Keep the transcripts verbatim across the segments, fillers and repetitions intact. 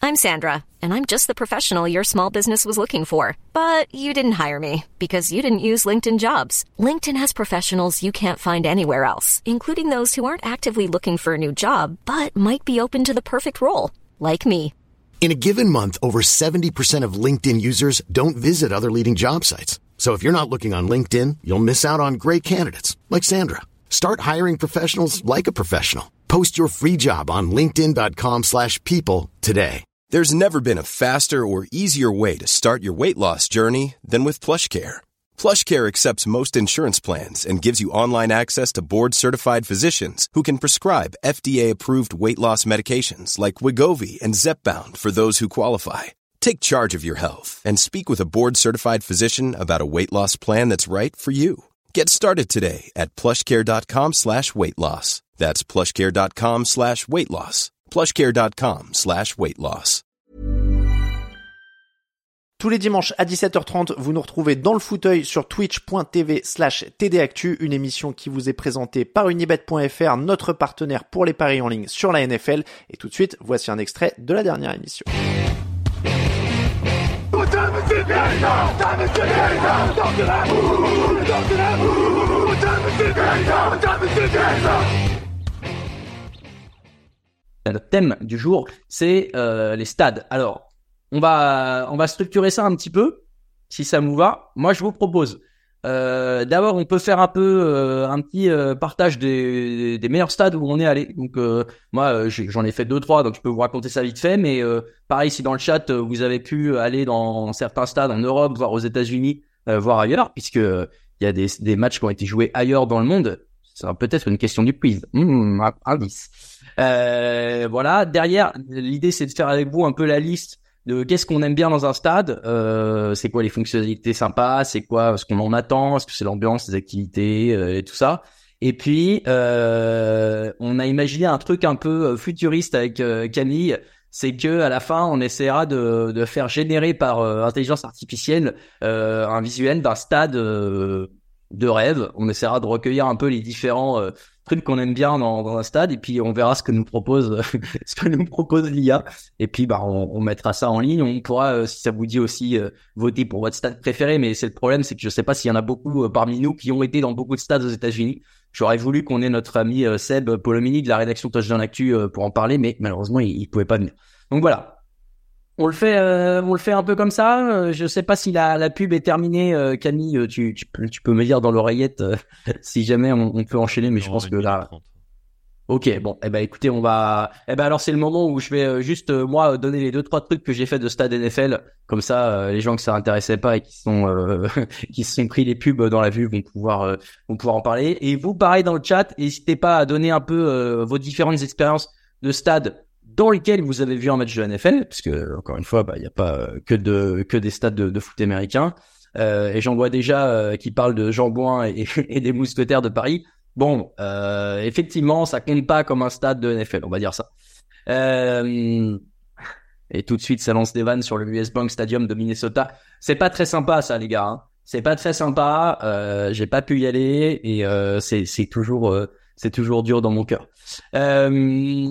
I'm Sandra, and I'm just the professional your small business was looking for. But you didn't hire me because you didn't use LinkedIn Jobs. LinkedIn has professionals you can't find anywhere else, including those who aren't actively looking for a new job, but might be open to the perfect role, like me. In a given month, over seventy percent of LinkedIn users don't visit other leading job sites. So if you're not looking on LinkedIn, you'll miss out on great candidates like Sandra. Start hiring professionals like a professional. Post your free job on linkedin.com slash people today. There's never been a faster or easier way to start your weight loss journey than with PlushCare. PlushCare accepts most insurance plans and gives you online access to board-certified physicians who can prescribe F D A-approved weight loss medications like Wegovy and Zepbound for those who qualify. Take charge of your health and speak with a board-certified physician about a weight loss plan that's right for you. Get started today at plushcare.com slash weight loss. That's plushcare.com slash weight loss. plushcare.com slash weight loss. Tous les dimanches à dix-sept heures trente, vous nous retrouvez dans le fauteuil sur twitch.tv slash tdactu, une émission qui vous est présentée par unibet point f r, notre partenaire pour les paris en ligne sur la N F L. Et tout de suite, voici un extrait de la dernière émission. Le thème du jour, c'est euh, les stades. Alors, on va on va structurer ça un petit peu, si ça vous va. Moi, je vous propose euh, d'abord, on peut faire un peu euh, un petit euh, partage des des meilleurs stades où on est allé. Donc, euh, moi, j'ai, j'en ai fait deux trois, donc je peux vous raconter ça vite fait. Mais euh, pareil, si dans le chat vous avez pu aller dans certains stades en Europe, voire aux États-Unis, euh, voire ailleurs, puisque il y a des des matchs qui ont été joués ailleurs dans le monde. Ça va peut-être une question du quiz. Mmh, indice. Euh, voilà. Derrière, l'idée c'est de faire avec vous un peu la liste de qu'est-ce qu'on aime bien dans un stade, euh, c'est quoi les fonctionnalités sympas, c'est quoi ce qu'on en attend, est-ce que c'est l'ambiance, les activités euh, et tout ça. Et puis euh, on a imaginé un truc un peu futuriste avec euh, Camille, c'est que à la fin on essaiera de, de faire générer par euh, intelligence artificielle euh, un visuel d'un stade euh, de rêve. On essaiera de recueillir un peu les différents euh, trucs qu'on aime bien dans, dans un stade, et puis on verra ce que nous propose ce que nous propose l'I A, et puis bah on, on mettra ça en ligne. On pourra, euh, si ça vous dit aussi, euh, voter pour votre stade préféré. Mais c'est le problème, c'est que je sais pas s'il y en a beaucoup euh, parmi nous qui ont été dans beaucoup de stades aux États-Unis. J'aurais voulu qu'on ait notre ami euh, Seb Polomini de la rédaction Touchdown Actu euh, pour en parler, mais malheureusement il, il pouvait pas venir. Donc voilà. On le fait, euh, on le fait un peu comme ça. Euh, je sais pas si la, la pub est terminée. Euh, Camille, tu, tu, peux, tu peux me dire dans l'oreillette euh, si jamais on, on peut enchaîner. Mais non, je pense que là. Ok, bon. Eh ben, écoutez, on va. Eh ben, alors c'est le moment où je vais euh, juste euh, moi donner les deux trois trucs que j'ai fait de stade N F L. Comme ça, euh, les gens que ça intéressait pas et qui sont euh, qui se sont pris les pubs dans la vue vont pouvoir euh, vont pouvoir en parler. Et vous, pareil dans le chat, n'hésitez pas à donner un peu euh, vos différentes expériences de stade dans lequel vous avez vu un match de N F L, parce que encore une fois, bah il y a pas que de que des stades de, de foot américain. Euh, et j'en vois déjà euh, qui parlent de Jean Bouin et, et des Mousquetaires de Paris. Bon, euh, effectivement, ça compte pas comme un stade de N F L, on va dire ça. Euh, et tout de suite, ça lance des vannes sur le U S Bank Stadium de Minnesota. C'est pas très sympa, ça, les gars. Hein. C'est pas très sympa. Euh, j'ai pas pu y aller et euh, c'est c'est toujours euh, c'est toujours dur dans mon cœur. Euh,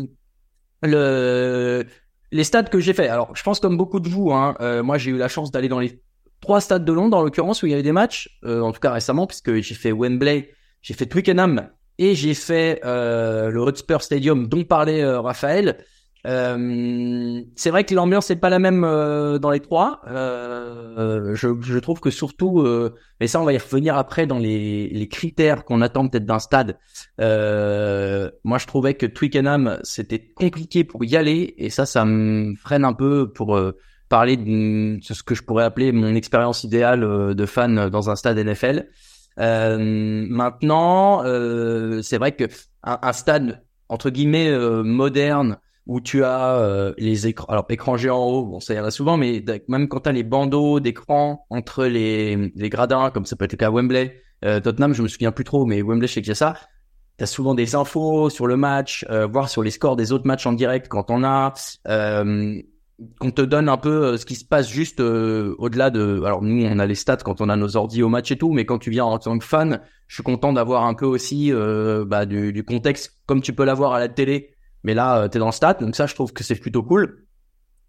Le, les stades que j'ai fait. Alors, je pense comme beaucoup de vous, hein, euh, moi j'ai eu la chance d'aller dans les trois stades de Londres, en l'occurrence, où il y avait des matchs, euh, en tout cas récemment, puisque j'ai fait Wembley, j'ai fait Twickenham et j'ai fait euh, le Hotspur Stadium dont parlait euh, Raphaël. Euh, c'est vrai que l'ambiance n'est pas la même euh, dans les trois. Euh, je, je trouve que surtout, euh, mais ça on va y revenir après dans les, les critères qu'on attend peut-être d'un stade. Euh, moi je trouvais que Twickenham c'était compliqué pour y aller et ça, ça me freine un peu pour euh, parler de ce que je pourrais appeler mon expérience idéale euh, de fan dans un stade N F L. Euh, maintenant, euh, c'est vrai que un, un stade entre guillemets euh, moderne, où tu as euh, les écrans, alors écran géant en haut, bon ça y en a souvent, mais même quand tu as les bandeaux d'écran entre les les gradins, comme ça peut être le cas à Wembley, euh, Tottenham, je me souviens plus trop, mais Wembley, je sais qu'il y a ça. T'as souvent des infos sur le match, euh, voire sur les scores des autres matchs en direct quand on a, euh, qu'on te donne un peu euh, ce qui se passe juste euh, au-delà de. Alors nous, on a les stats quand on a nos ordi au match et tout, mais quand tu viens en tant que fan, je suis content d'avoir un peu aussi euh, bah, du, du contexte comme tu peux l'avoir à la télé. Mais là, euh, t'es dans le stade, donc ça, je trouve que c'est plutôt cool.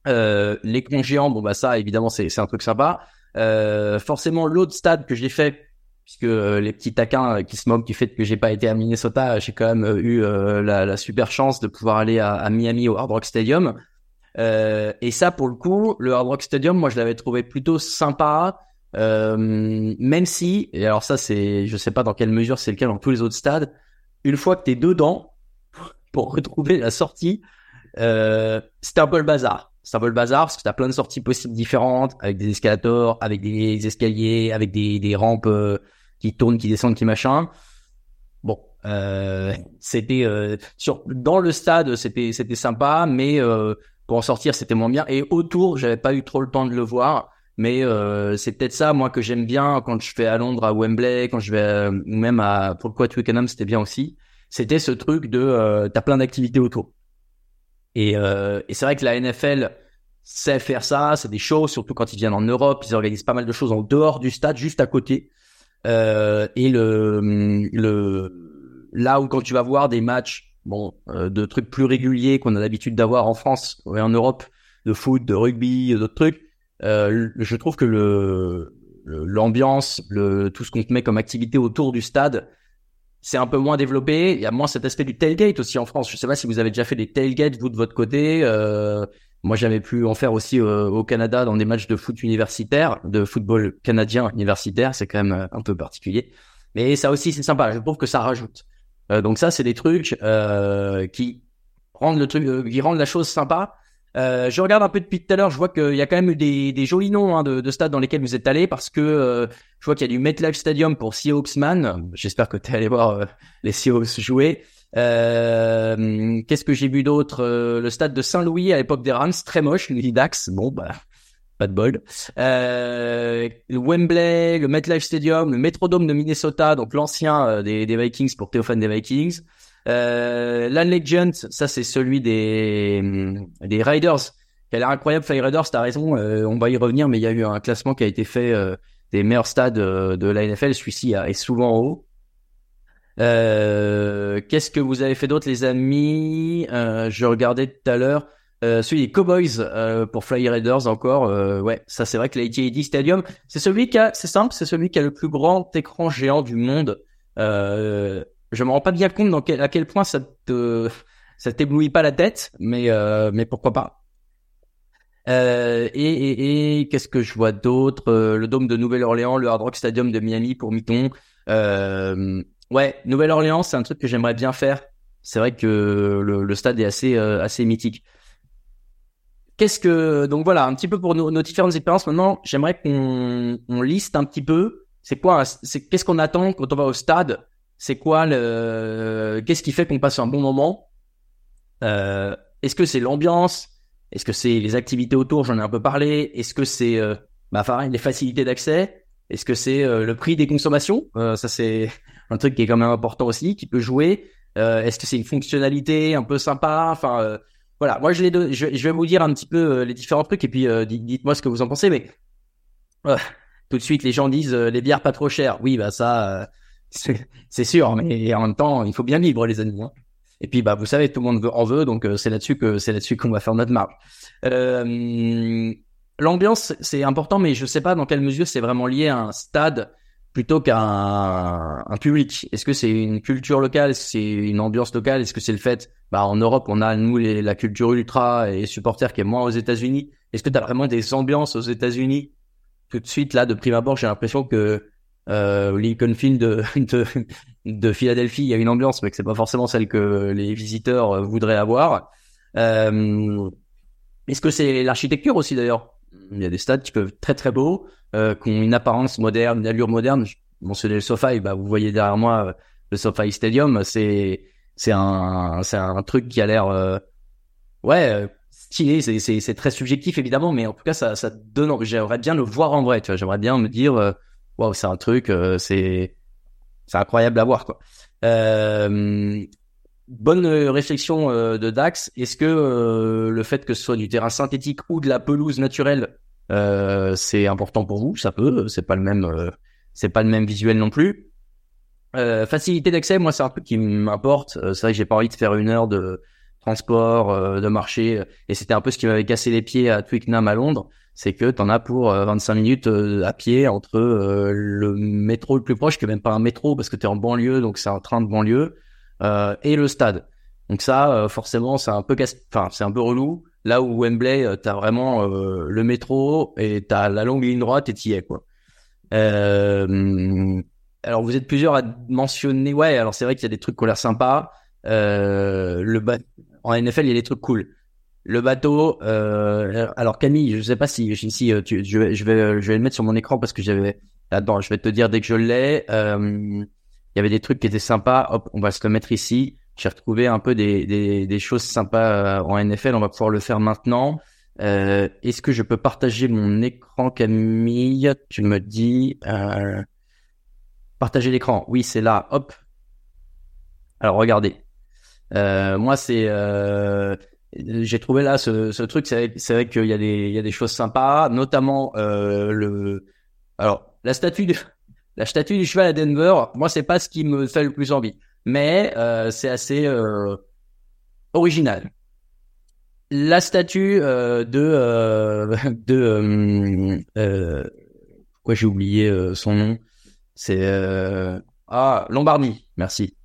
Euh, l'écran géant, bon bah ça évidemment c'est c'est un truc sympa. Euh, forcément l'autre stade que j'ai fait, puisque euh, les petits taquins qui se moquent du fait que j'ai pas été à Minnesota, j'ai quand même euh, eu euh, la, la super chance de pouvoir aller à, à Miami au Hard Rock Stadium. Euh, et ça pour le coup, le Hard Rock Stadium, moi je l'avais trouvé plutôt sympa, euh, même si, et alors ça c'est, je sais pas dans quelle mesure c'est le cas dans tous les autres stades, une fois que t'es dedans, pour retrouver la sortie, euh, c'était un peu le bazar. C'est un peu le bazar parce que t'as plein de sorties possibles différentes, avec des escalators, avec des escaliers, avec des, des rampes euh, qui tournent, qui descendent, qui machin. Bon, euh, c'était euh, sur dans le stade, c'était c'était sympa, mais euh, pour en sortir, c'était moins bien. Et autour, j'avais pas eu trop le temps de le voir, mais euh, c'est peut-être ça, moi, que j'aime bien quand je vais à Londres, à Wembley, quand je vais euh, ou même à pour le coup à Twickenham, c'était bien aussi. C'était ce truc de euh, t'as plein d'activités autour. Et, euh, et c'est vrai que la N F L sait faire ça, c'est des shows, surtout quand ils viennent en Europe, ils organisent pas mal de choses en dehors du stade, juste à côté. Euh, et le, le, là où quand tu vas voir des matchs, bon, euh, de trucs plus réguliers qu'on a l'habitude d'avoir en France et en Europe, de foot, de rugby, d'autres trucs, euh, je trouve que le, le l'ambiance, le, tout ce qu'on te met comme activité autour du stade, c'est un peu moins développé. Il y a moins cet aspect du tailgate aussi en France. Je sais pas si vous avez déjà fait des tailgates vous de votre côté. Euh, moi, j'avais pu en faire aussi euh, au Canada dans des matchs de foot universitaire, de football canadien universitaire. C'est quand même un peu particulier, mais ça aussi c'est sympa. Je trouve que ça rajoute. Euh, donc ça, c'est des trucs euh, qui rendent le truc, euh, qui rendent la chose sympa. Euh, je regarde un peu depuis tout à l'heure, je vois qu'il y a quand même eu des, des jolis noms hein, de, de stades dans lesquels vous êtes allés, parce que euh, je vois qu'il y a du MetLife Stadium pour Seahawksman. J'espère que tu es allé voir euh, les Seahawks jouer. Euh, qu'est-ce que j'ai vu d'autre? euh, Le stade de Saint-Louis à l'époque des Rams, très moche, nous dit Dax. Bon, bah, pas de bol. Euh, le Wembley, le MetLife Stadium, le Metrodome de Minnesota, donc l'ancien euh, des, des Vikings pour Théophane des Vikings. Euh, l'Allegiant, ça c'est celui des des Raiders, qui a l'air incroyable. Fly Raiders, t'as raison, euh, on va y revenir, mais il y a eu un classement qui a été fait euh, des meilleurs stades euh, de la N F L. Celui-ci est souvent en haut. Euh, qu'est-ce que vous avez fait d'autre, les amis? euh, Je regardais tout à l'heure euh, celui des Cowboys euh, pour Fly Raiders encore. Euh, ouais, ça c'est vrai que l'A T and T Stadium, c'est celui qui a, c'est simple, c'est celui qui a le plus grand écran géant du monde. Euh, Je me rends pas bien compte dans quel, à quel point ça te ça t'éblouit pas la tête, mais euh, mais pourquoi pas. Euh, et, et, et qu'est-ce que je vois d'autre? euh, Le dôme de Nouvelle-Orléans, le Hard Rock Stadium de Miami pour Miton. Euh, ouais, Nouvelle-Orléans, c'est un truc que j'aimerais bien faire. C'est vrai que le, le stade est assez euh, assez mythique. Qu'est-ce que donc voilà un petit peu pour nos, nos différentes expériences. Maintenant, j'aimerais qu'on on liste un petit peu. C'est quoi? C'est qu'est-ce qu'on attend quand on va au stade? C'est quoi le, qu'est-ce qui fait qu'on passe un bon moment? Euh, est-ce que c'est l'ambiance? Est-ce que c'est les activités autour? J'en ai un peu parlé. Est-ce que c'est, euh, bah, pareil, les facilités d'accès? Est-ce que c'est euh, le prix des consommations? Euh, ça c'est un truc qui est quand même important aussi, qui peut jouer. Euh, est-ce que c'est une fonctionnalité un peu sympa? Enfin, euh, voilà. Moi, je, les deux, je, je vais vous dire un petit peu euh, les différents trucs et puis euh, dites-moi ce que vous en pensez. Mais euh, tout de suite, les gens disent euh, les bières pas trop chères. Oui, bah ça. Euh, C'est, c'est sûr, mais en même temps, il faut bien vivre, les amis. Hein. Et puis, bah, vous savez, tout le monde veut, en veut, donc euh, c'est là-dessus que c'est là-dessus qu'on va faire notre marge. Euh, l'ambiance, c'est important, mais je sais pas dans quelle mesure c'est vraiment lié à un stade plutôt qu'à un, un public. Est-ce que c'est une culture locale? Est-ce que c'est une ambiance locale? Est-ce que c'est le fait, bah, en Europe, on a nous les, la culture ultra et supporters qui est moins aux États-Unis. Est-ce que t'as vraiment des ambiances aux États-Unis? Tout de suite, là, de prime abord, j'ai l'impression que Euh, Lincoln Field de, de, de Philadelphie, il y a une ambiance, mais que c'est pas forcément celle que les visiteurs voudraient avoir. Euh, est-ce que c'est l'architecture aussi d'ailleurs? Il y a des stades qui peuvent être très très beaux, euh, qui ont une apparence moderne, une allure moderne. Je mentionnais le SoFi, bah vous voyez derrière moi le SoFi Stadium, c'est c'est un c'est un truc qui a l'air euh, ouais stylé. C'est c'est c'est très subjectif évidemment, mais en tout cas ça ça donne. J'aimerais bien le voir en vrai. Tu vois, j'aimerais bien me dire euh, waouh, c'est un truc, euh, c'est c'est incroyable à voir quoi. Euh, bonne réflexion euh, de Dax. Est-ce que euh, le fait que ce soit du terrain synthétique ou de la pelouse naturelle, euh, c'est important pour vous? Ça peut, c'est pas le même, euh, c'est pas le même visuel non plus. Euh, facilité d'accès, moi c'est un truc qui m'importe. Euh, c'est vrai que j'ai pas envie de faire une heure de transport, euh, de marché. Et c'était un peu ce qui m'avait cassé les pieds à Twickenham à Londres. C'est que t'en as pour euh, vingt-cinq minutes euh, à pied entre euh, le métro le plus proche, qui est même pas un métro parce que t'es en banlieue, donc c'est un train de banlieue, euh, et le stade. Donc ça, euh, forcément, c'est un peu casse, enfin, c'est un peu relou. Là où Wembley, euh, t'as vraiment euh, le métro et t'as la longue ligne droite et t'y es, quoi. Euh, alors vous êtes plusieurs à mentionner, ouais. Alors c'est vrai qu'il y a des trucs qui ont l'air sympas. Euh, le ba... En N F L, il y a des trucs cool. Le bateau. Euh, alors Camille, je sais pas si, si tu, je vais, je vais, je vais le mettre sur mon écran parce que j'avais. Attends, je vais te dire dès que je l'ai. Euh, il y avait des trucs qui étaient sympas. Hop, on va se le mettre ici. J'ai retrouvé un peu des, des, des choses sympas en N F L. On va pouvoir le faire maintenant. Euh, est-ce que je peux partager mon écran, Camille? Tu me dis. Euh, partager l'écran. Oui, c'est là. Hop. Alors regardez. Euh, moi, c'est. Euh, j'ai trouvé là ce, ce truc. C'est, c'est vrai qu'il y a des, il y a des choses sympas, notamment euh, le. Alors la statue de, la statue du cheval à Denver. Moi, c'est pas ce qui me fait le plus envie. Mais euh, c'est assez euh, original. La statue euh, de euh, de euh, euh, pourquoi j'ai oublié euh, son nom, c'est euh, ah Lombardi, merci.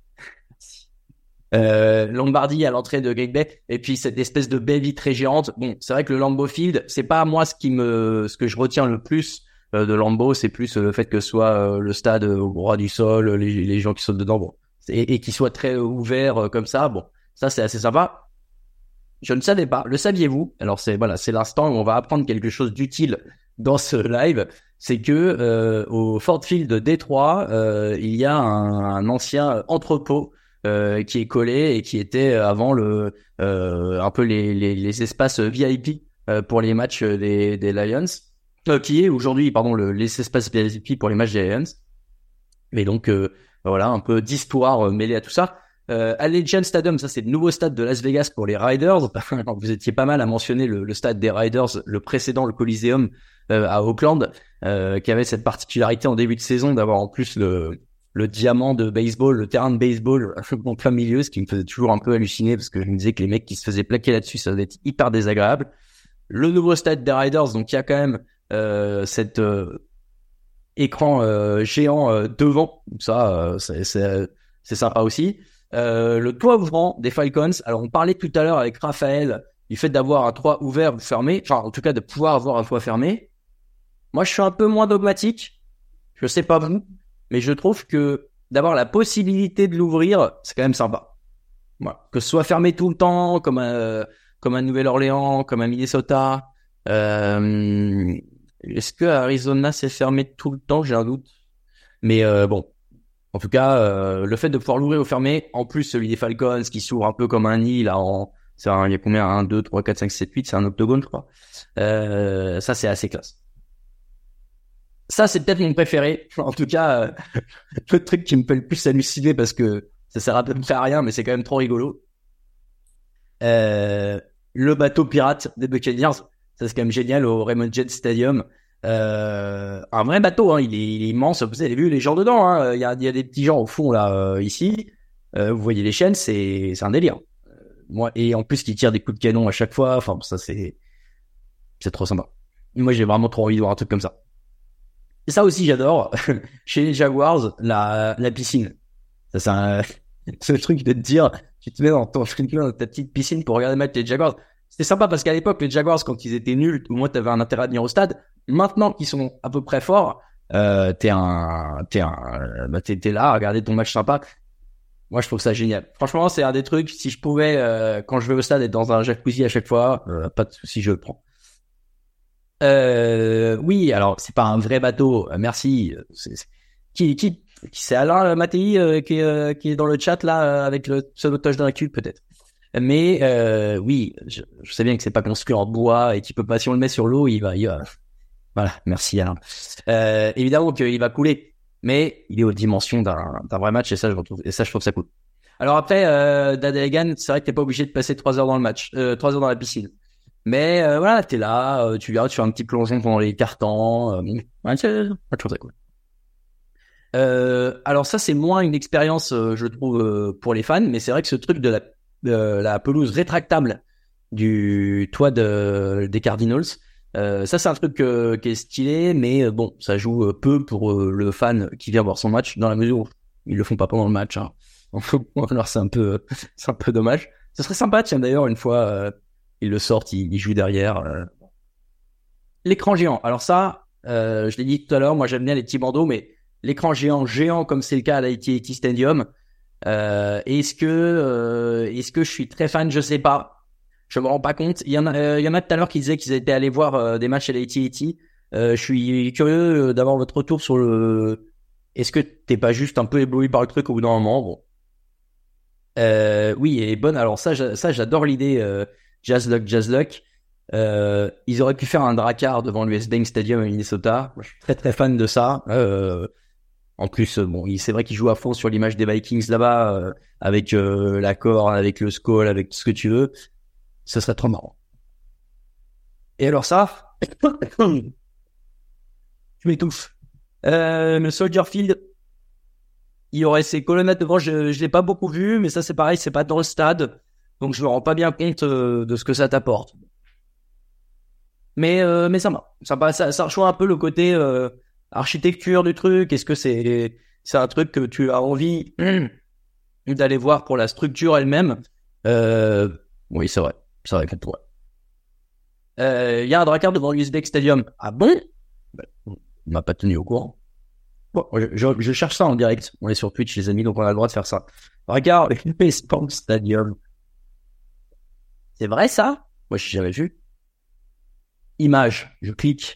Euh, Lombardi à l'entrée de Green Bay, et puis cette espèce de baie vitrée géante. Bon, c'est vrai que le Lambeau Field, c'est pas moi ce qui me ce que je retiens le plus euh, de Lambeau, c'est plus euh, le fait que ce soit euh, le stade au droit du sol, les, les gens qui sautent dedans, bon, et, et qui soit très ouvert euh, comme ça. Bon, ça c'est assez sympa. Je ne savais pas. Le saviez-vous? Alors c'est voilà, c'est l'instant où on va apprendre quelque chose d'utile dans ce live. C'est que euh, au Ford Field de Détroit, euh, il y a un, un ancien entrepôt euh, qui est collé et qui était avant le euh, un peu les, les, les espaces V I P euh, pour les matchs des, des Lions, euh, qui est aujourd'hui pardon le, les espaces V I P pour les matchs des Lions. Mais donc euh, voilà, un peu d'histoire mêlée à tout ça. Euh, Allegiant Stadium, ça c'est le nouveau stade de Las Vegas pour les Riders. Vous étiez pas mal à mentionner le, le stade des Riders, le précédent, le Coliseum euh, à Oakland, euh, qui avait cette particularité en début de saison d'avoir en plus le, le diamant de baseball, le terrain de baseball en plein milieu, ce qui me faisait toujours un peu halluciner parce que je me disais que les mecs qui se faisaient plaquer là-dessus, ça devait être hyper désagréable. Le nouveau stade des Riders, donc il y a quand même euh, cette euh, écran euh, géant euh, devant, donc ça euh, c'est, c'est, c'est sympa aussi. Euh, le toit ouvrant des Falcons. Alors, on parlait tout à l'heure avec Raphaël du fait d'avoir un toit ouvert ou fermé. Enfin, en tout cas, de pouvoir avoir un toit fermé. Moi, je suis un peu moins dogmatique. Je sais pas vous, mais je trouve que d'avoir la possibilité de l'ouvrir, c'est quand même sympa. Voilà. Que ce soit fermé tout le temps, comme un, comme à Nouvelle-Orléans, comme à Minnesota. Euh, est-ce que Arizona c'est fermé tout le temps? J'ai un doute. Mais euh, bon. En tout cas, euh, le fait de pouvoir l'ouvrir ou fermer, en plus celui des Falcons qui s'ouvre un peu comme un nid, là, en, c'est un, il y a combien? un, deux, trois, quatre, cinq, sept, huit, c'est un octogone, je crois. Euh, ça, c'est assez classe. Ça, c'est peut-être mon préféré. En tout cas, euh, le truc qui me fait le plus halluciner parce que ça sert à peu près à rien, mais c'est quand même trop rigolo. Euh, le bateau pirate des Buccaneers, ça c'est quand même génial au Raymond James Stadium. Euh, un vrai bateau, hein, il, est, il est immense. Vous avez vu les gens dedans, hein. Il y a, il y a des petits gens au fond là, euh, ici. Euh, vous voyez les chaînes, c'est, c'est un délire. Euh, moi, et en plus, qui tire des coups de canon à chaque fois. Enfin, ça c'est, c'est trop sympa. Moi, j'ai vraiment trop envie de voir un truc comme ça. Et ça aussi, j'adore. Chez les Jaguars, la, la piscine. Ça, c'est un, c'est le truc de te dire, tu te mets dans ton dans ta petite piscine pour regarder le match des Jaguars. C'était sympa parce qu'à l'époque, les Jaguars, quand ils étaient nuls, au moins t'avais un intérêt à venir au stade. Maintenant qu'ils sont à peu près forts, euh, t'es un, t'es un, bah t'es, t'es là à regarder ton match sympa. Moi, je trouve ça génial. Franchement, c'est un des trucs. Si je pouvais, euh, quand je vais au stade, être dans un jacuzzi à chaque fois, euh, pas de souci, je le prends. Euh, oui, alors c'est pas un vrai bateau. Euh, merci. C'est, c'est, qui, qui, qui c'est Alain Mattei euh, qui, est, euh, qui est dans le chat là euh, avec le sabotage dans la cube peut-être. Mais euh, oui, je, je sais bien que c'est pas construit en bois et qu'il peut pas. Si on le met sur l'eau, il va, il va. Voilà, merci Alain. Euh, évidemment qu'il va couler, mais il est aux dimensions d'un, d'un vrai match et ça je retrouve, et ça je trouve ça cool. Alors après, euh, Dadegan, c'est vrai que t'es pas obligé de passer trois heures dans le match, euh, trois heures dans la piscine. Mais euh, voilà, t'es là, euh, tu viens, tu fais un petit plongeon pendant les cartons. Euh, ouais, c'est, je trouve ça cool. Euh, alors ça c'est moins une expérience, euh, je trouve, euh, pour les fans, mais c'est vrai que ce truc de la euh, la pelouse rétractable du toit de, des Cardinals. Euh, ça, c'est un truc euh, qui est stylé, mais euh, bon, ça joue euh, peu pour euh, le fan qui vient voir son match, dans la mesure où ils le font pas pendant le match. Hein. Alors c'est un peu, c'est un peu dommage. Ce serait sympa, tiens d'ailleurs, une fois euh, ils le sortent, ils, ils jouent derrière. Euh. L'écran géant. Alors ça, euh, je l'ai dit tout à l'heure, moi j'aime bien les petits bandeaux, mais l'écran géant, géant comme c'est le cas à l'A T and T Stadium. Euh, est-ce que, euh, est-ce que je suis très fan? Je sais pas. Je me rends pas compte. Il y en a, euh, il y en a tout à l'heure qui disaient qu'ils étaient allés voir euh, des matchs à l'A T and T. Euh, je suis curieux d'avoir votre retour sur le. Est-ce que t'es pas juste un peu ébloui par le truc au bout d'un moment? Bon. Euh, oui, et bonne. Alors ça, ça j'adore l'idée. Euh, Jazz Luck, Jazz Luck. Euh, ils auraient pu faire un dracard devant l'U S Bank Stadium à Minnesota. Moi, je suis très très fan de ça. Euh, En plus, bon, c'est vrai qu'il joue à fond sur l'image des Vikings là-bas, euh, avec euh, la corne, avec le skull, avec tout ce que tu veux. Ce serait trop marrant. Et alors ça, je m'étouffe. Euh, le Soldier Field, il y aurait ces colonnettes devant. Je, je l'ai pas beaucoup vu, mais ça c'est pareil, c'est pas dans le stade, donc je me rends pas bien compte euh, de ce que ça t'apporte. Mais euh, mais ça m'a, ça, ça, ça rejoint un peu le côté euh, architecture du truc. Est-ce que c'est c'est un truc que tu as envie d'aller voir pour la structure elle-même? euh, Oui, c'est vrai, c'est vrai qu'on pourrait. Il euh, y a un dracard devant l'U S B Stadium. Ah bon? Ben, on m'a pas tenu au courant. Bon, je, je, je cherche ça en direct. On est sur Twitch, les amis, donc on a le droit de faire ça. Dracard, l'U S B Stadium. C'est vrai ça? Moi, je n'ai jamais vu. Image, je clique.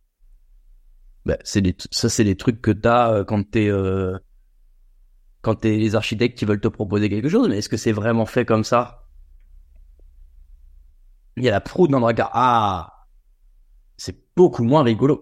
Ben, c'est des, ça, c'est des trucs que t'as euh, quand t'es, euh, quand t'es les architectes qui veulent te proposer quelque chose. Mais est-ce que c'est vraiment fait comme ça? Il y a la proue dans le dracard. Ah! C'est beaucoup moins rigolo.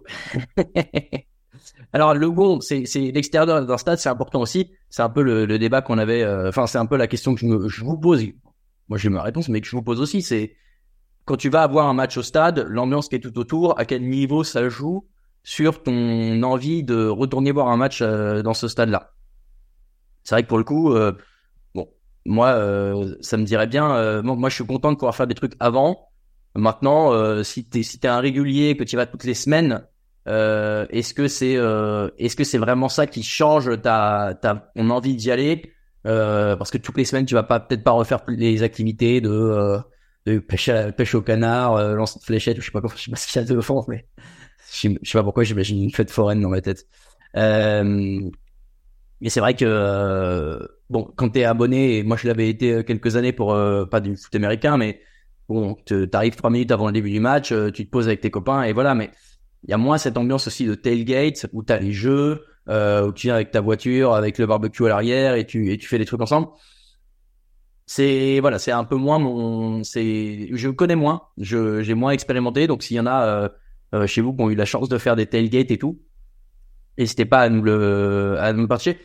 Alors le bon, c'est, c'est l'extérieur d'un stade, c'est important aussi. C'est un peu le, le débat qu'on avait. Enfin, euh, c'est un peu la question que je, me, je vous pose. Moi, j'ai ma réponse, mais que je vous pose aussi. C'est quand tu vas avoir un match au stade, l'ambiance qui est tout autour, à quel niveau ça joue sur ton envie de retourner voir un match euh, dans ce stade-là. C'est vrai que pour le coup, euh, bon, moi, euh, ça me dirait bien. Euh, moi, je suis content de pouvoir faire des trucs avant. Maintenant, euh, si t'es si t'es un régulier, que tu vas toutes les semaines. Euh, est-ce que c'est euh, est-ce que c'est vraiment ça qui change ta ta ton envie d'y aller, euh, parce que toutes les semaines tu vas pas peut-être pas refaire les activités de, euh, de pêche à, pêche au canard, euh, lancer de fléchettes, je sais pas quoi, je sais pas ce qu'il y a de fond, mais je, je sais pas pourquoi j'imagine une fête foraine dans ma tête. Euh, mais c'est vrai que euh, bon, quand t'es abonné, et moi je l'avais été quelques années pour euh, pas du foot américain, mais bon, t'arrives trois minutes avant le début du match, tu te poses avec tes copains et voilà, mais il y a moins cette ambiance aussi de tailgate où t'as les jeux, euh, où tu viens avec ta voiture, avec le barbecue à l'arrière et tu et tu fais des trucs ensemble. C'est voilà, c'est un peu moins mon, c'est, je connais moins, je j'ai moins expérimenté. Donc s'il y en a euh, euh, chez vous qui ont eu la chance de faire des tailgates et tout, n'hésitez pas à nous le à nous partager.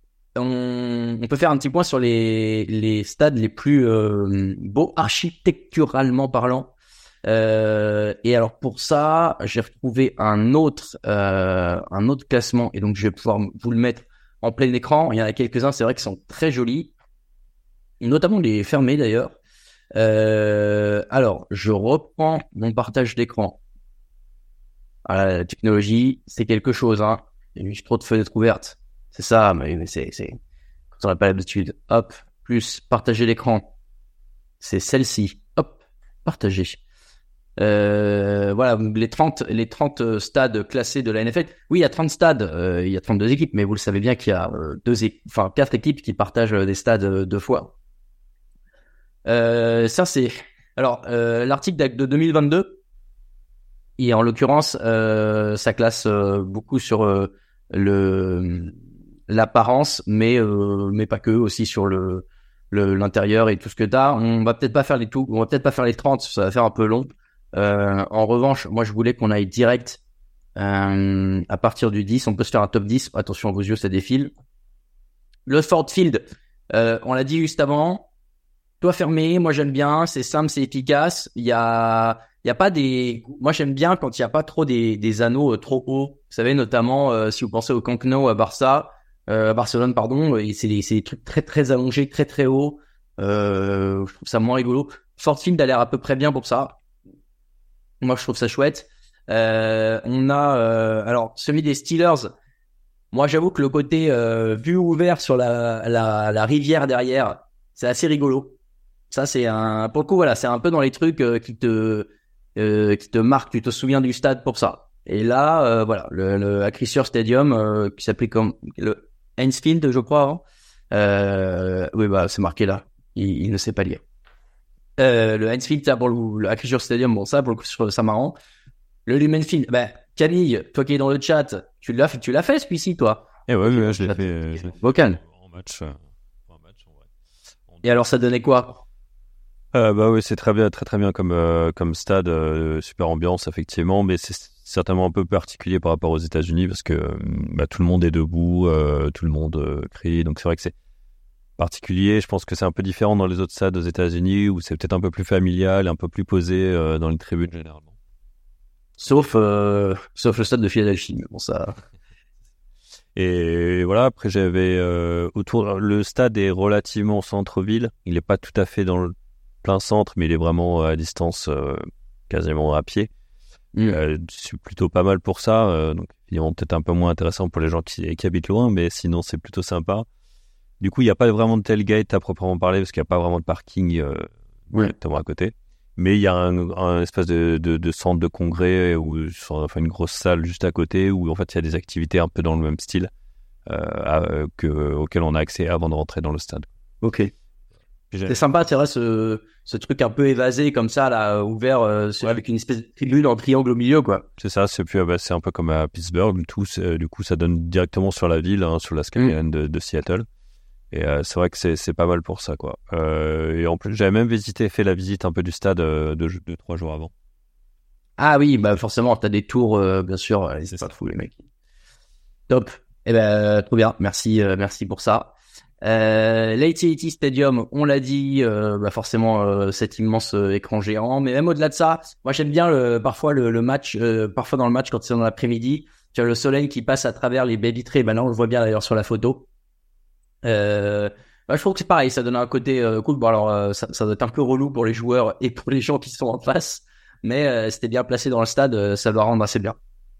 On, on peut faire un petit point sur les les stades les plus euh, beaux architecturalement parlant. Euh, et alors pour ça, j'ai retrouvé un autre euh, un autre classement et donc je vais pouvoir vous le mettre en plein écran. Il y en a quelques-uns, c'est vrai qu'ils sont très jolis, notamment les fermés d'ailleurs. Euh, alors je reprends mon partage d'écran. Ah, la technologie, c'est quelque chose, hein. J'ai trop de fenêtres ouvertes, c'est ça, mais, mais c'est c'est quand on n'a pas l'habitude. Hop, plus partager l'écran, c'est celle-ci. Hop, partager. Euh, voilà, les trente, les trente stades classés de la N F L. Oui, il y a trente stades, euh, il y a trente-deux équipes, mais vous le savez bien qu'il y a euh, deux, é- enfin quatre équipes qui partagent des stades euh, deux fois. Euh, ça c'est, alors euh, l'article date de deux mille vingt-deux et en l'occurrence, euh, ça classe euh, beaucoup sur euh, le l'apparence, mais euh, mais pas que, aussi sur le, le l'intérieur et tout ce que t'as. On va peut-être pas faire les tout, on va peut-être pas faire les trente, ça va faire un peu long. Euh, en revanche, moi je voulais qu'on aille direct euh, à partir du dix. On peut se faire un top dix. Attention à vos yeux, ça défile. Le Ford Field, euh, on l'a dit juste avant. Toit fermé, moi j'aime bien, c'est simple, c'est efficace. Il y a, il y a pas des. Moi j'aime bien quand il y a pas trop des, des anneaux euh, trop hauts. Vous savez, notamment euh, si vous pensez au Camp Nou à Barça, euh, à Barcelone pardon, et c'est des, c'est des trucs très très allongés, très très hauts. Euh, je trouve ça moins rigolo. Ford Field a l'air à peu près bien pour ça. Moi, je trouve ça chouette. Euh, on a euh, alors celui des Steelers. Moi, j'avoue que le côté euh, vue ouvert sur la, la la rivière derrière, c'est assez rigolo. Ça, c'est un pour le coup, voilà, c'est un peu dans les trucs euh, qui te euh, qui te marquent. Tu te souviens du stade pour ça. Et là, euh, voilà, le, le Acrisure Stadium euh, qui s'appelait comme le Heinz Field, je crois. Hein. Euh, oui, bah c'est marqué là. Il, il ne sait pas lire. Euh, le Heinz Field, ça pour le, le Acrisure Stadium, bon ça pour le coup, je trouve ça marrant. Le Lumen Field, bah Camille, toi qui es dans le chat, tu l'as fait, tu l'as fait celui-ci, toi. Et ouais, ouais, je l'ai fait. Euh, je l'ai fait vocal. En match. Euh, en match en vrai. En Et alors, ça donnait quoi? Euh, bah oui, c'est très bien, très très bien comme euh, comme stade, euh, super ambiance effectivement, mais c'est certainement un peu particulier par rapport aux États-Unis parce que euh, bah, tout le monde est debout, euh, tout le monde euh, crie, donc c'est vrai que c'est particulier. Je pense que c'est un peu différent dans les autres stades aux États-Unis où c'est peut-être un peu plus familial, un peu plus posé euh, dans les tribunes généralement. Sauf euh, sauf le stade de Philadelphie, mais bon ça. Et voilà, après j'avais euh, autour, le stade est relativement au centre-ville, il est pas tout à fait dans le plein centre, mais il est vraiment à distance, euh, quasiment à pied. Mmh. Euh, c'est plutôt pas mal pour ça. Euh, donc, évidemment, peut-être un peu moins intéressant pour les gens qui, qui habitent loin, mais sinon, c'est plutôt sympa. Du coup, il n'y a pas vraiment de tailgate à proprement parler, parce qu'il n'y a pas vraiment de parking euh, ouais. directement à côté. Mais il y a un, un espèce de, de, de centre de congrès, ou enfin, une grosse salle juste à côté, où en fait, il y a des activités un peu dans le même style euh, à, que, auxquelles on a accès avant de rentrer dans le stade. Ok. C'est sympa, c'est vrai, ce, ce truc un peu évasé comme ça, là, ouvert, euh, ouais. Avec une espèce de tribune en triangle au milieu, quoi. C'est ça, c'est, plus, bah, c'est un peu comme à Pittsburgh, tout, du coup, ça donne directement sur la ville, hein, sur la skyline mm. de, de Seattle. Et euh, c'est vrai que c'est, c'est pas mal pour ça, quoi. Euh, et en plus, j'avais même visité, fait la visite un peu du stade euh, de, de trois jours avant. Ah oui, bah forcément, t'as des tours, euh, bien sûr, euh, c'est pas fou, les mecs. Top. Eh ben, trop bien, merci, euh, merci pour ça. Euh, l'A T and T Stadium, on l'a dit, euh, bah forcément euh, cet immense euh, écran géant. Mais même au-delà de ça, moi j'aime bien le, parfois le, le match, euh, parfois dans le match quand c'est dans l'après-midi, tu as le soleil qui passe à travers les baby trays. Bah là on le voit bien d'ailleurs sur la photo. Euh, bah, je trouve que c'est pareil, ça donne un côté euh, cool. Bon alors euh, ça, ça doit être un peu relou pour les joueurs et pour les gens qui sont en face, mais euh, c'était bien placé dans le stade, euh, ça doit rendre assez bien.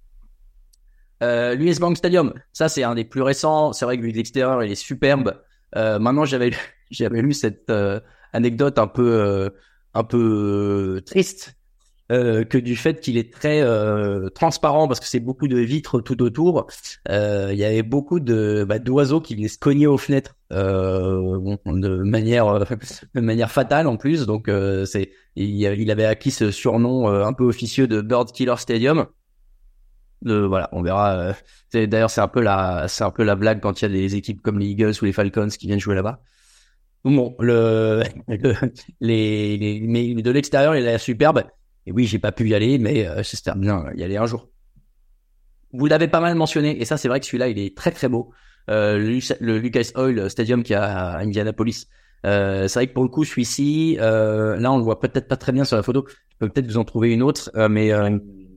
Euh, L'U S Bank Stadium, ça c'est un des plus récents. C'est vrai que vu de l'extérieur, il est superbe. Euh, maintenant, j'avais lu, j'avais lu cette euh, anecdote un peu euh, un peu euh, triste euh, que du fait qu'il est très euh, transparent parce que c'est beaucoup de vitres tout autour. Euh, il y avait beaucoup de bah, d'oiseaux qui venaient se cogner aux fenêtres euh, bon, de manière euh, de manière fatale en plus. Donc euh, c'est il, il avait acquis ce surnom euh, un peu officieux de Bird Killer Stadium. De, voilà, on verra. Euh, c'est, d'ailleurs, c'est un peu la, c'est un peu la blague quand il y a des équipes comme les Eagles ou les Falcons qui viennent jouer là-bas. Bon, le, le les, les, mais de l'extérieur, il est superbe. Et oui, j'ai pas pu y aller, mais euh, j'espère bien y aller un jour. Vous l'avez pas mal mentionné, et ça, c'est vrai que celui-là, il est très très beau. Euh, le, le Lucas Oil Stadium qui est à Indianapolis. Euh, c'est vrai que pour le coup, celui-ci, euh, là, on le voit peut-être pas très bien sur la photo. Je peux peut-être vous en trouver une autre, euh, mais euh,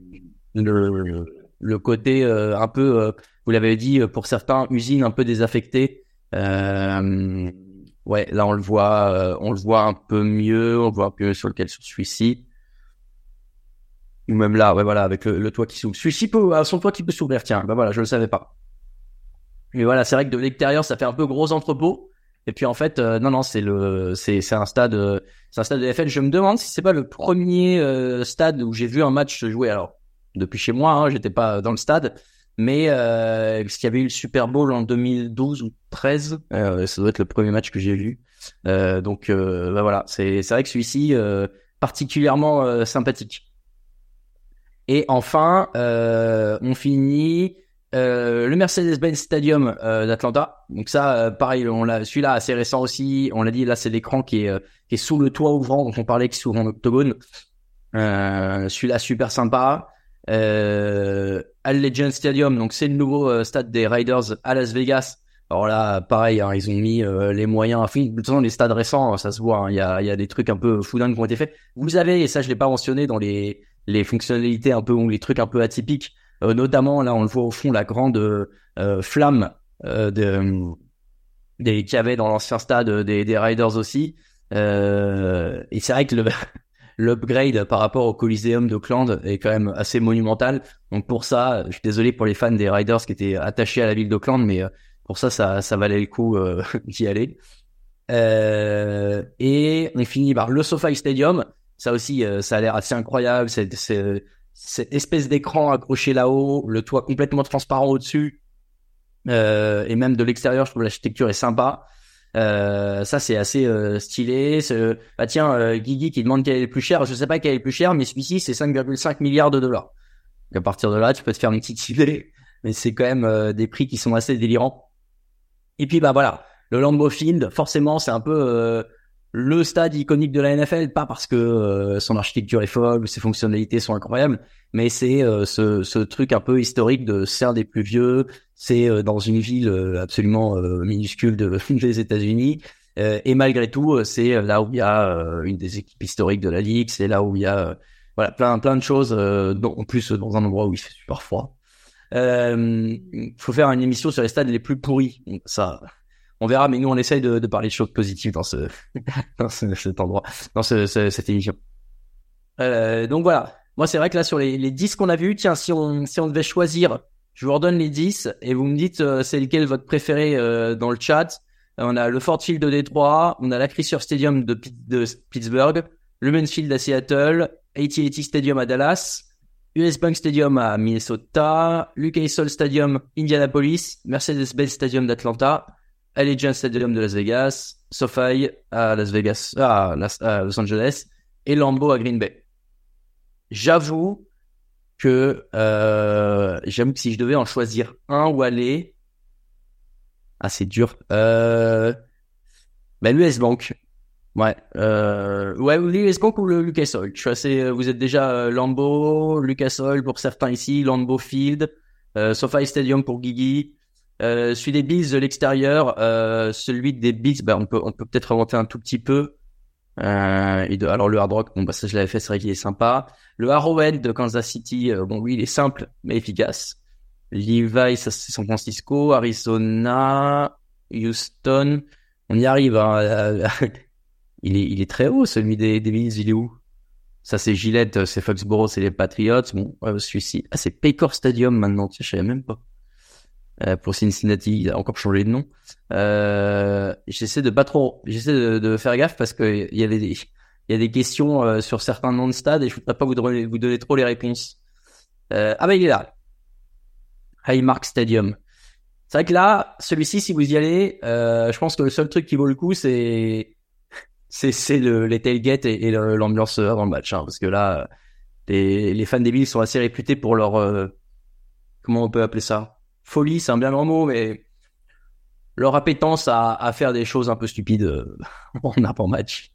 le le côté euh, un peu, euh, vous l'avez dit, pour certains, usine un peu désaffectée. Euh, ouais, là on le voit, euh, on le voit un peu mieux, on le voit un peu sur lequel sur celui-ci. Ou même là, ouais voilà, avec le, le toit qui s'ouvre. Celui-ci peut, ah, son toit qui peut s'ouvrir, tiens, bah voilà, je le savais pas. Mais voilà, c'est vrai que de l'extérieur, ça fait un peu gros entrepôt. Et puis en fait, euh, non non, c'est le, c'est c'est un stade, euh, c'est un stade de N F L. Je me demande si c'est pas le premier euh, stade où j'ai vu un match se jouer. Alors depuis chez moi, hein, j'étais pas dans le stade, mais euh, parce qu'il y avait eu le Super Bowl en deux mille douze ou treize, euh, ça doit être le premier match que j'ai vu. Euh, donc euh, bah voilà, c'est c'est vrai que celui-ci euh, particulièrement euh, sympathique. Et enfin, euh, on finit euh, le Mercedes-Benz Stadium euh, d'Atlanta. Donc ça, euh, pareil, on l'a, celui-là assez récent aussi. On l'a dit, là c'est l'écran qui est euh, qui est sous le toit ouvrant, dont on parlait qui s'ouvre en octogone. Euh, celui-là super sympa. Euh, Allegiant Stadium, donc c'est le nouveau euh, stade des Raiders à Las Vegas. Alors là, pareil, hein, ils ont mis euh, les moyens. Enfin, de toute façon, les stades récents, ça se voit. Il hein, y a, il y a des trucs un peu foudingues qui ont été faits. Vous avez, et ça, je l'ai pas mentionné dans les les fonctionnalités un peu ou les trucs un peu atypiques. Euh, notamment, là, on le voit au fond, la grande euh, flamme euh, de des qu'il y avait dans l'ancien stade des, des Raiders aussi. Euh, et c'est vrai que le l'upgrade par rapport au Coliseum d'Auckland est quand même assez monumental. Donc pour ça, je suis désolé pour les fans des Riders qui étaient attachés à la ville d'Auckland, mais pour ça, ça, ça valait le coup euh, d'y aller. Euh, et on finit par le SoFi Stadium. Ça aussi, euh, ça a l'air assez incroyable. C'est, c'est, cette espèce d'écran accroché là-haut, le toit complètement transparent au-dessus. Euh, et même de l'extérieur, je trouve l'architecture est sympa. Euh, ça c'est assez euh, stylé. C'est, bah tiens, euh, Guigui qui demande quel est le plus cher. Je sais pas quel est le plus cher, mais celui-ci c'est cinq virgule cinq milliards de dollars. Donc à partir de là, tu peux te faire une petite idée. Mais c'est quand même euh, des prix qui sont assez délirants. Et puis bah voilà, le Lambeau Field, forcément c'est un peu euh, le stade iconique de la N F L, pas parce que euh, son architecture est folle, ses fonctionnalités sont incroyables, mais c'est euh, ce, ce truc un peu historique de c'est un des plus vieux, c'est euh, dans une ville euh, absolument euh, minuscule de, des États-Unis, euh, et malgré tout c'est là où il y a euh, une des équipes historiques de la ligue, c'est là où il y a euh, voilà plein plein de choses, euh, dont, en plus dans un endroit où il fait super froid. Euh, faut faire une émission sur les stades les plus pourris, ça on verra, mais nous on essaye de, de parler de choses positives dans ce dans ce, cet endroit, dans ce, ce, cette émission. Euh, donc voilà, moi c'est vrai que là sur les, les dix qu'on a vus, tiens, si on si on devait choisir, je vous redonne les dix et vous me dites euh, c'est lequel votre préféré euh, dans le chat. Euh, on a le Ford Field de Détroit, on a l'Acrisure Stadium de, de Pittsburgh, le Lumen Field à Seattle, A T and T Stadium à Dallas, U S Bank Stadium à Minnesota, Luke Heysel Stadium Indianapolis, Mercedes-Benz Stadium d'Atlanta, Allegiant Stadium de Las Vegas, SoFi à Las Vegas, à, Las, à Los Angeles, et Lambeau à Green Bay. J'avoue que euh, j'avoue que si je devais en choisir un où aller, ah c'est dur. Euh, ben l'U S Bank, ouais, euh, ouais l'U S Bank ou le Lucas Oil. Je suis assez, vous êtes déjà euh, Lambeau, Lucas Oil pour certains ici, Lambeau Field, euh, SoFi Stadium pour Guigui. Euh, celui des Bills de l'extérieur, euh, celui des Bills, bah on peut on peut peut-être remonter un tout petit peu. Euh, et de, alors le Hard Rock, bon bah ça je l'avais fait, c'est vrai qu'il est sympa. Le Arrowhead de Kansas City, euh, bon oui il est simple mais efficace. Levi, ça c'est San Francisco, Arizona, Houston, on y arrive. Hein. il est il est très haut celui des des Bills, il est où? Ça c'est Gillette, c'est Foxborough, c'est les Patriots. Bon ouais, celui-ci, ah c'est Paycor Stadium maintenant, tu sais, je savais même pas. Euh, pour Cincinnati, il a encore changé de nom. Euh, j'essaie de pas trop, j'essaie de, de faire gaffe parce que il y avait des, il y a des questions euh, sur certains noms de stades et je voudrais pas vous donner, vous donner trop les réponses. Euh, ah bah il est là. Highmark Stadium. C'est vrai que là, celui-ci, si vous y allez, euh, je pense que le seul truc qui vaut le coup, c'est, c'est, c'est le, les tailgates et, et le, l'ambiance avant le match, hein, parce que là, les, les fans des Bills sont assez réputés pour leur, euh, comment on peut appeler ça? Folie, c'est un bien grand mot, mais leur appétence à, à faire des choses un peu stupides euh, en avant-match.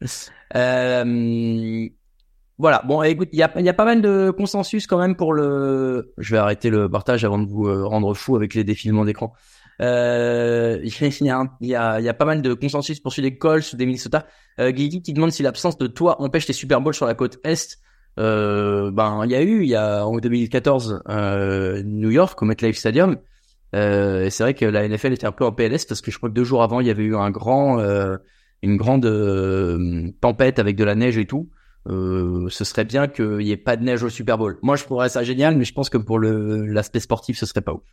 Euh, voilà. Bon, écoute, il y a, il y a pas mal de consensus quand même pour le. Je vais arrêter le partage avant de vous euh, rendre fou avec les défilements d'écran. Euh, il y a, il y a, il y a pas mal de consensus pour celui des Colts ou des Minnesota. Euh, Guigui qui demande si l'absence de toit empêche les Super Bowls sur la côte est. Euh, ben, il y a eu, il y a en deux mille quatorze, euh, New York au MetLife Stadium. Euh, et c'est vrai que la N F L était un peu en P L S parce que je crois que deux jours avant il y avait eu un grand, euh, une grande euh, tempête avec de la neige et tout. Euh, ce serait bien qu'il y ait pas de neige au Super Bowl. Moi je trouverais ça génial, mais je pense que pour le l'aspect sportif ce serait pas ouf.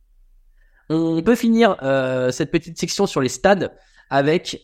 On peut finir euh, cette petite section sur les stades avec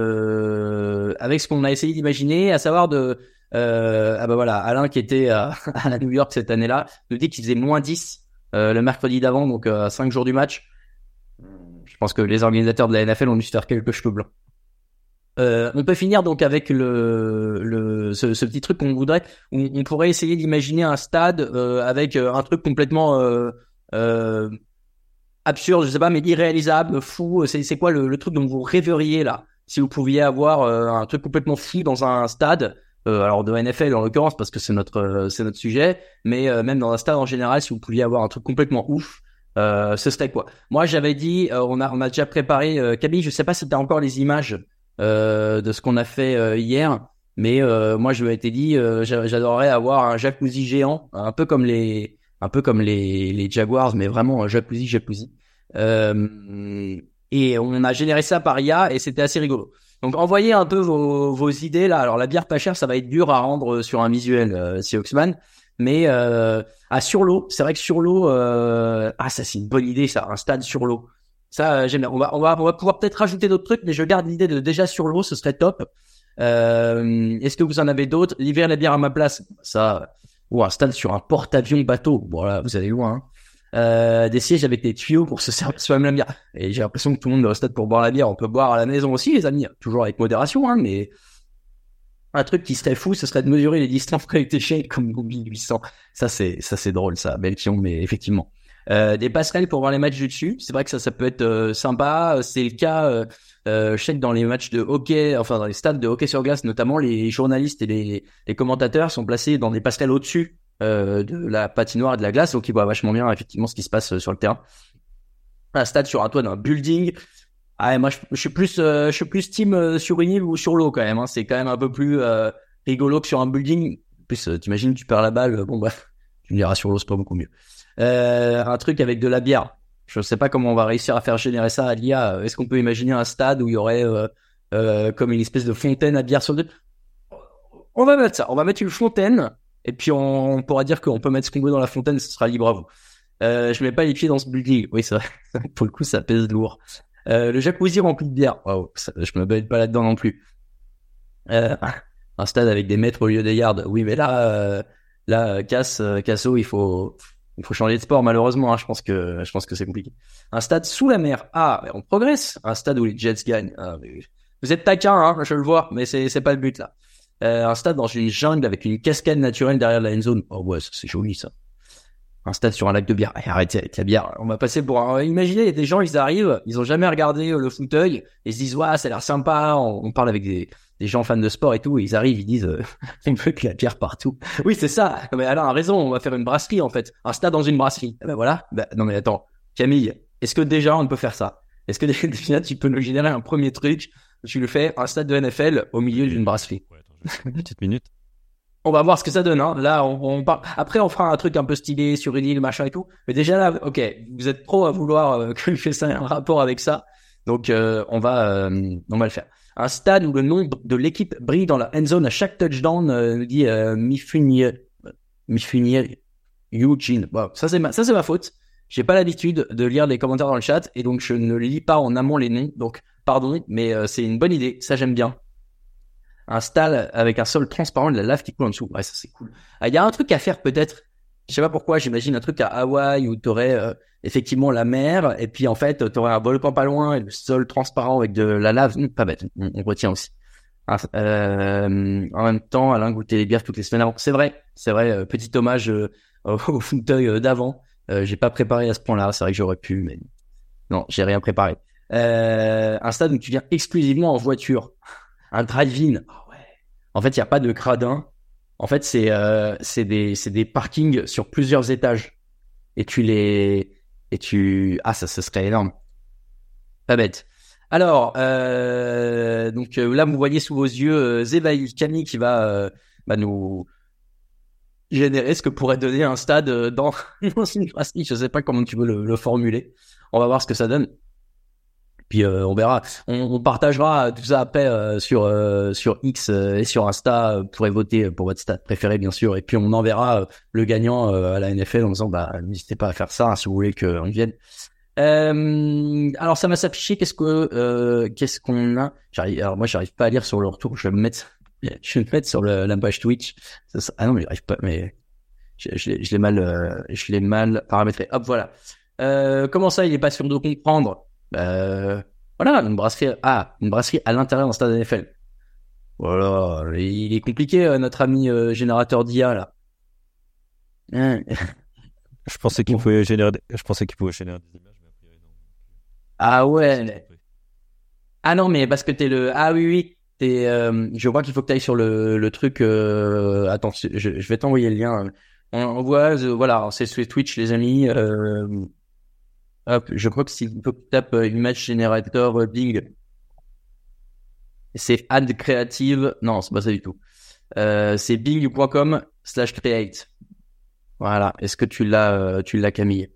le, avec ce qu'on a essayé d'imaginer, à savoir de, euh, ah bah voilà, Alain qui était à, à New York cette année-là nous dit qu'il faisait moins dix. Euh, le mercredi d'avant, donc à euh, cinq jours du match. Je pense que les organisateurs de la N F L ont dû se faire quelques cheveux blancs. Euh, on peut finir donc avec le, le ce, ce petit truc qu'on voudrait. On, on pourrait essayer d'imaginer un stade euh, avec euh, un truc complètement euh, euh, absurde, je sais pas, mais irréalisable, fou. C'est, c'est quoi le, le truc dont vous rêveriez là, si vous pouviez avoir euh, un truc complètement fou dans un stade? Euh, alors de N F L en l'occurrence parce que c'est notre euh, c'est notre sujet, mais euh, même dans un stade en général, si vous pouviez avoir un truc complètement ouf, euh, ce serait quoi? Moi j'avais dit, euh, on a on a déjà préparé, euh, Camille, je sais pas si t'as encore les images euh, de ce qu'on a fait euh, hier, mais euh, moi je lui ai été dit, euh, j'adorerais avoir un jacuzzi géant, un peu comme les un peu comme les les Jaguars, mais vraiment un jacuzzi jacuzzi. Euh, et on a généré ça par I A et c'était assez rigolo. Donc envoyez un peu vos, vos idées là. Alors la bière pas chère, ça va être dur à rendre sur un visuel, euh, si Oxman. Mais euh, ah, sur l'eau, c'est vrai que sur l'eau, euh, ah ça c'est une bonne idée ça, un stade sur l'eau. Ça euh, j'aime bien. On va on va on va pouvoir peut-être rajouter d'autres trucs, mais je garde l'idée de déjà sur l'eau, ce serait top. Euh, est-ce que vous en avez d'autres? L'hiver la bière à ma place, ça. Ou un stade sur un porte-avions bateau. Voilà, vous allez loin. Hein. Euh, des sièges avec des tuyaux pour se servir soi-même la bière. Et j'ai l'impression que tout le monde est au stade pour boire la bière. On peut boire à la maison aussi, les amis. Toujours avec modération, hein, mais un truc qui serait fou, ce serait de mesurer les distances connectées chez comme mille huit cents. Ça, c'est, ça, c'est drôle, ça. Belle question, mais effectivement. Euh, des passerelles pour voir les matchs du dessus. C'est vrai que ça, ça peut être euh, sympa. C'est le cas, euh, euh, je sais que dans les matchs de hockey, enfin, dans les stades de hockey sur glace, notamment, les journalistes et les, les commentateurs sont placés dans des passerelles au-dessus Euh, de la patinoire et de la glace, donc il voit vachement bien effectivement ce qui se passe euh, sur le terrain. Un stade sur un toit d'un building, ah ouais, moi je, je suis plus euh, je suis plus team euh, sur une île ou sur l'eau quand même, hein. C'est quand même un peu plus euh, rigolo que sur un building. En plus euh, t'imagines tu perds la balle, euh, bon bah tu me diras sur l'eau c'est pas beaucoup mieux. Euh, un truc avec de la bière, je sais pas comment on va réussir à faire générer ça à l'I A. Est-ce qu'on peut imaginer un stade où il y aurait euh, euh, comme une espèce de fontaine à bière sur le... On va mettre ça, on va mettre une fontaine. Et puis on, on pourra dire qu'on peut mettre ce qu'on veut dans la fontaine, ce sera libre à vous. Euh, je mets pas les pieds dans ce building. Oui, c'est vrai. Pour le coup, ça pèse lourd. Euh, le jacuzzi rempli de bière. Waouh, ça, je me baigne pas là-dedans non plus. Euh, un stade avec des mètres au lieu des yards. Oui, mais là, euh, là, casse, Casso, il faut, il faut changer de sport malheureusement. Hein, je pense que, je pense que c'est compliqué. Un stade sous la mer. Ah, mais on progresse. Un stade où les Jets gagnent. Ah, mais... Vous êtes taquin, hein, je le vois, mais c'est, c'est pas le but là. Euh, un stade dans une jungle avec une cascade naturelle derrière la end zone. Oh ouais, ça, c'est joli ça. Un stade sur un lac de bière. Allez, arrêtez avec la bière. On va passer pour un... Imaginez, il y a des gens, ils arrivent, ils ont jamais regardé le fauteuil, et ils se disent, ouais, ça a l'air sympa. On, on parle avec des, des gens fans de sport et tout, et ils arrivent, ils disent, euh, il veut que la bière partout. Oui, c'est ça. Mais Alain a raison, on va faire une brasserie en fait. Un stade dans une brasserie. Eh ben voilà. Ben, non mais attends, Camille, est-ce que déjà on peut faire ça? Est-ce que déjà tu peux nous générer un premier truc? Tu le fais, un stade de N F L au milieu d'une brasserie. Une petite minute. On va voir ce que ça donne, hein. Là, on, on parle. Après, on fera un truc un peu stylé sur une île, machin et tout. Mais déjà là, ok, vous êtes trop à vouloir euh, que je fasse un rapport avec ça. Donc, euh, on va, euh, on va le faire. Un stade où le nom de l'équipe brille dans la end zone à chaque touchdown, euh, nous dit euh, Mifunier, Mifunier Eugene. Bon, ça c'est ma, ça c'est ma faute. J'ai pas l'habitude de lire les commentaires dans le chat et donc je ne lis pas en amont les noms. Donc, pardon, mais euh, c'est une bonne idée. Ça j'aime bien. Un stade avec un sol transparent et de la lave qui coule en dessous. Ouais, ça c'est cool. Il y a un truc à faire peut-être. Je sais pas pourquoi, j'imagine un truc à Hawaï où t'aurais euh, effectivement la mer et puis en fait t'aurais un volcan pas loin et le sol transparent avec de la lave. Hum, pas bête, on, on retient aussi. Ah, euh, en même temps, Alain goûtait les bières toutes les semaines avant. C'est vrai, c'est vrai. Euh, petit hommage euh, au fauteuil d'avant. Euh, j'ai pas préparé à ce point-là. C'est vrai que j'aurais pu, mais non, j'ai rien préparé. Euh, un stade où tu viens exclusivement en voiture. Un drive-in. Oh ouais. En fait, il y a pas de gradin. En fait, c'est euh, c'est des c'est des parkings sur plusieurs étages. Et tu les et tu ah ça ce serait énorme. Pas bête. Alors euh, donc euh, là vous voyez sous vos yeux euh, Zévaï Camille qui va euh, bah, nous générer ce que pourrait donner un stade euh, dans dans une brasserie. Je sais pas comment tu veux le, le formuler. On va voir ce que ça donne. Puis euh, on verra, on, on partagera tout ça après euh, sur euh, sur X euh, et sur Insta. Euh, vous pourrez voter pour votre stade préféré bien sûr. Et puis on enverra euh, le gagnant euh, à la N F L en disant bah n'hésitez pas à faire ça hein, si vous voulez qu'on y vienne. Euh, alors ça va s'afficher. Qu'est-ce que euh, qu'est-ce qu'on a? J'arrive. Alors moi j'arrive pas à lire sur le retour. Je vais me mettre, je vais me mettre sur le, la page Twitch. Ça, ça, ah non mais j'arrive pas. Mais je, je, l'ai, je l'ai mal, euh, je l'ai mal paramétré. Hop voilà. Euh, comment ça il est pas sûr de comprendre? Euh, voilà, une brasserie, ah, une brasserie à l'intérieur d'un stade N F L. Voilà, il est compliqué, euh, notre ami euh, générateur d'I A, là. Je pensais qu'il pouvait générer, des... je pensais qu'il pouvait générer des images, mais a priori non. Ah ouais. Ah non, mais parce que t'es le, ah oui, oui, t'es, euh, je vois qu'il faut que t'ailles sur le, le truc, euh, attends, je, je vais t'envoyer le lien. On, on voit, euh, voilà, c'est sur Twitch, les amis, euh, hop, je crois que si tu tapes euh, Image Generator euh, Bing, c'est ad creative, non, c'est pas ça du tout. Euh, c'est bing point com slash create. Voilà. Est-ce que tu l'as, euh, tu l'as Camille?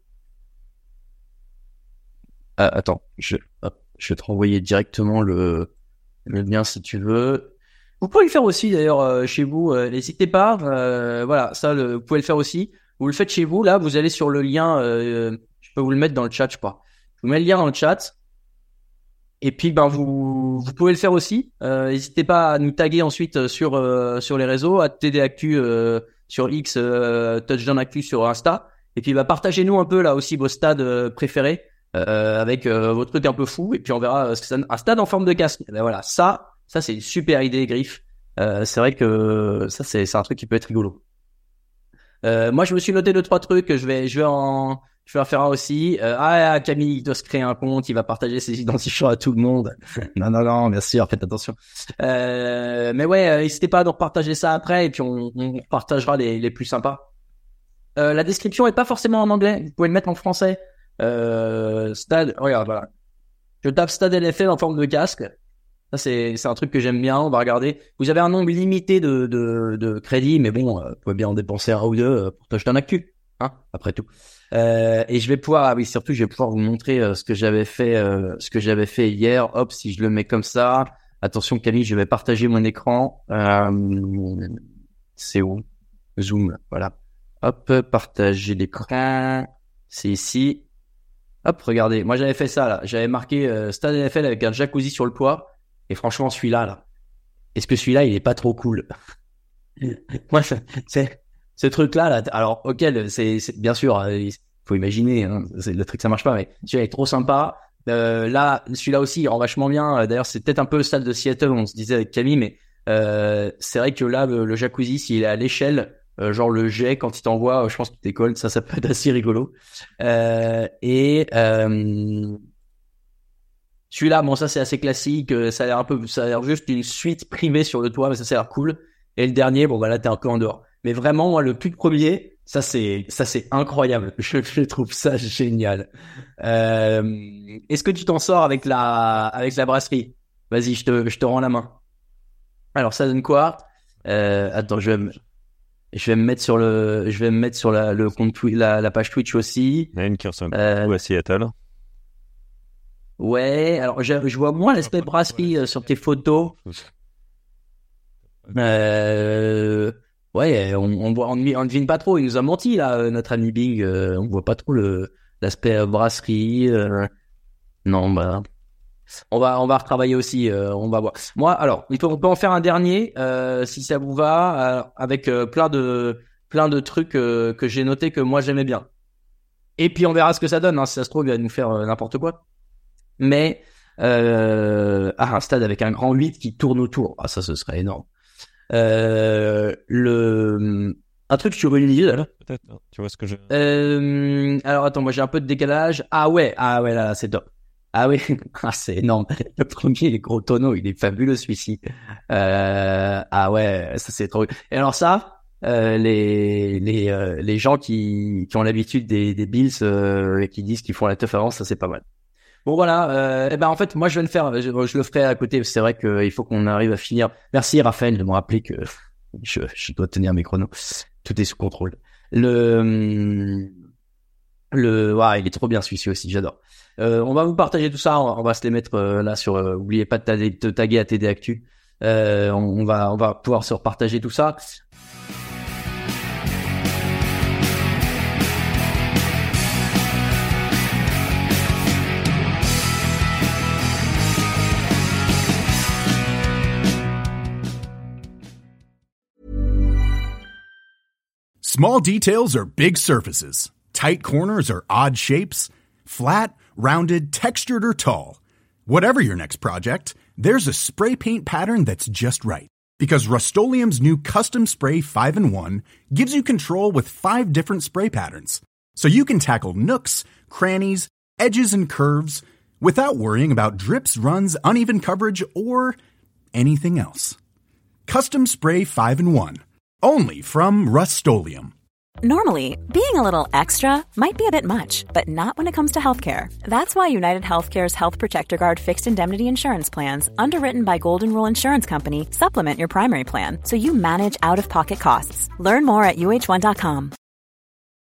Ah, attends, je, hop, je vais te renvoyer directement le, le lien si tu veux. Vous pouvez le faire aussi d'ailleurs euh, chez vous. Euh, n'hésitez pas. Euh, voilà, ça, le, vous pouvez le faire aussi. Vous le faites chez vous. Là, vous allez sur le lien. Euh, je peux vous le mettre dans le chat, je crois. Je vous mets le lien dans le chat. Et puis, ben, vous, vous pouvez le faire aussi. Euh, n'hésitez pas à nous taguer ensuite sur euh, sur les réseaux, à T D Actu euh, sur X, euh, Touchdown Actu sur Insta. Et puis, bah, partagez-nous un peu là aussi vos stades euh, préférés euh, avec euh, vos trucs un peu fous. Et puis, on verra euh, ce que ça donne. Un stade en forme de casque. Et ben voilà, ça, ça c'est une super idée, Griff. Euh, c'est vrai que ça, c'est c'est un truc qui peut être rigolo. Euh, moi, je me suis noté deux trois trucs. Je vais je vais en Je vais en faire un aussi. Euh, ah, Camille, il doit se créer un compte, il va partager ses identifiants à tout le monde. non, non, non, bien sûr, faites attention. Euh, mais ouais, euh, n'hésitez pas à nous repartager ça après, et puis on, on partagera les, les plus sympas. Euh, la description est pas forcément en anglais, vous pouvez le mettre en français. Euh, stade, regarde, voilà. Je tape stade N F L en forme de casque. Ça, c'est, c'est un truc que j'aime bien, on va regarder. Vous avez un nombre limité de, de, de crédits, mais bon, euh, vous pouvez bien en dépenser un ou deux pour Touchdown Actu, hein, après tout. Euh, et je vais pouvoir, ah oui, surtout, je vais pouvoir vous montrer euh, ce que j'avais fait, euh, ce que j'avais fait hier. Hop, si je le mets comme ça. Attention, Camille, je vais partager mon écran. Euh, c'est où? Zoom, voilà. Hop, partager l'écran. C'est ici. Hop, regardez. Moi, j'avais fait ça, là. J'avais marqué euh, Stade N F L avec un jacuzzi sur le toit. Et franchement, celui-là, là. Est-ce que celui-là, il est pas trop cool? Moi, c'est... Ce truc-là, là, alors, ok, c'est, c'est bien sûr, il faut imaginer, hein, c'est, le truc ça marche pas, mais celui-là est trop sympa. Euh, là, celui-là aussi, il rend vachement bien. D'ailleurs, c'est peut-être un peu le stade de Seattle, on se disait avec Camille, mais euh, c'est vrai que là, le, le jacuzzi, s'il est à l'échelle, euh, genre le jet quand il t'envoie, je pense qu'il décolle, ça, ça peut être assez rigolo. Euh, et euh, celui-là, bon, ça c'est assez classique, ça a l'air un peu, ça a l'air juste une suite privée sur le toit, mais ça, ça a l'air cool. Et le dernier, bon, bah là, t'es un peu en dehors. Mais vraiment, moi, le tout premier, ça c'est, ça c'est incroyable. Je, je trouve ça génial. Euh, est-ce que tu t'en sors avec la, avec la brasserie? Vas-y, je te, je te rends la main. Alors, ça donne quoi? Euh, attends, je vais me, je vais me mettre sur le, je vais me mettre sur la, le compte, la, la page Twitch aussi. Il y a une qui ressemble euh, à Seattle. Ouais. Alors, je, je vois moins l'aspect brasserie euh, sur tes photos. Euh, Ouais, on on voit, on ne devine pas trop. Il nous a menti là, notre ami Bing. Euh, on voit pas trop le l'aspect euh, brasserie. Euh, non, bah, on va on va retravailler aussi. Euh, on va voir. Moi, alors, il peut, on peut en faire un dernier euh, si ça vous va, euh, avec euh, plein de plein de trucs euh, que j'ai noté que moi j'aimais bien. Et puis on verra ce que ça donne. Hein. Si ça se trouve, il va nous faire euh, n'importe quoi. Mais euh, ah, un stade avec un grand huit qui tourne autour. Ah, ça, ce serait énorme. Euh, le un truc sur une île. Peut-être, hein. Tu vois ce que je. Euh, alors attends, moi j'ai un peu de décalage. Ah ouais, ah ouais là, là c'est top. Ah oui, ah c'est énorme. Le premier, les gros tonneaux, il est fabuleux celui-ci. Euh, ah ouais, ça c'est trop. Et alors ça, euh, les les euh, les gens qui qui ont l'habitude des des Bills euh, et qui disent qu'ils font la teuf avant, ça c'est pas mal. Bon voilà, euh, et ben en fait moi je vais le faire, je, je le ferai à côté. C'est vrai qu'il faut qu'on arrive à finir. Merci Raphaël de me rappeler que je, je dois tenir mes chronos. Tout est sous contrôle. Le le, ouais, il est trop bien celui-ci aussi, j'adore. Euh, on va vous partager tout ça, on va, on va se les mettre euh, là sur. Euh, oubliez pas de taguer, de taguer à T D Actu. Euh, on, on va on va pouvoir se repartager tout ça. Small details are big surfaces. Tight corners are odd shapes. Flat, rounded, textured, or tall. Whatever your next project, there's a spray paint pattern that's just right. Because Rust-Oleum's new Custom Spray five in one gives you control with five different spray patterns. So you can tackle nooks, crannies, edges, and curves without worrying about drips, runs, uneven coverage, or anything else. Custom Spray five in one. Only from Rust-Oleum. Normally, being a little extra might be a bit much, but not when it comes to healthcare. That's why United Healthcare's Health Protector Guard fixed indemnity insurance plans, underwritten by Golden Rule Insurance Company, supplement your primary plan so you manage out-of-pocket costs. Learn more at U H one dot com.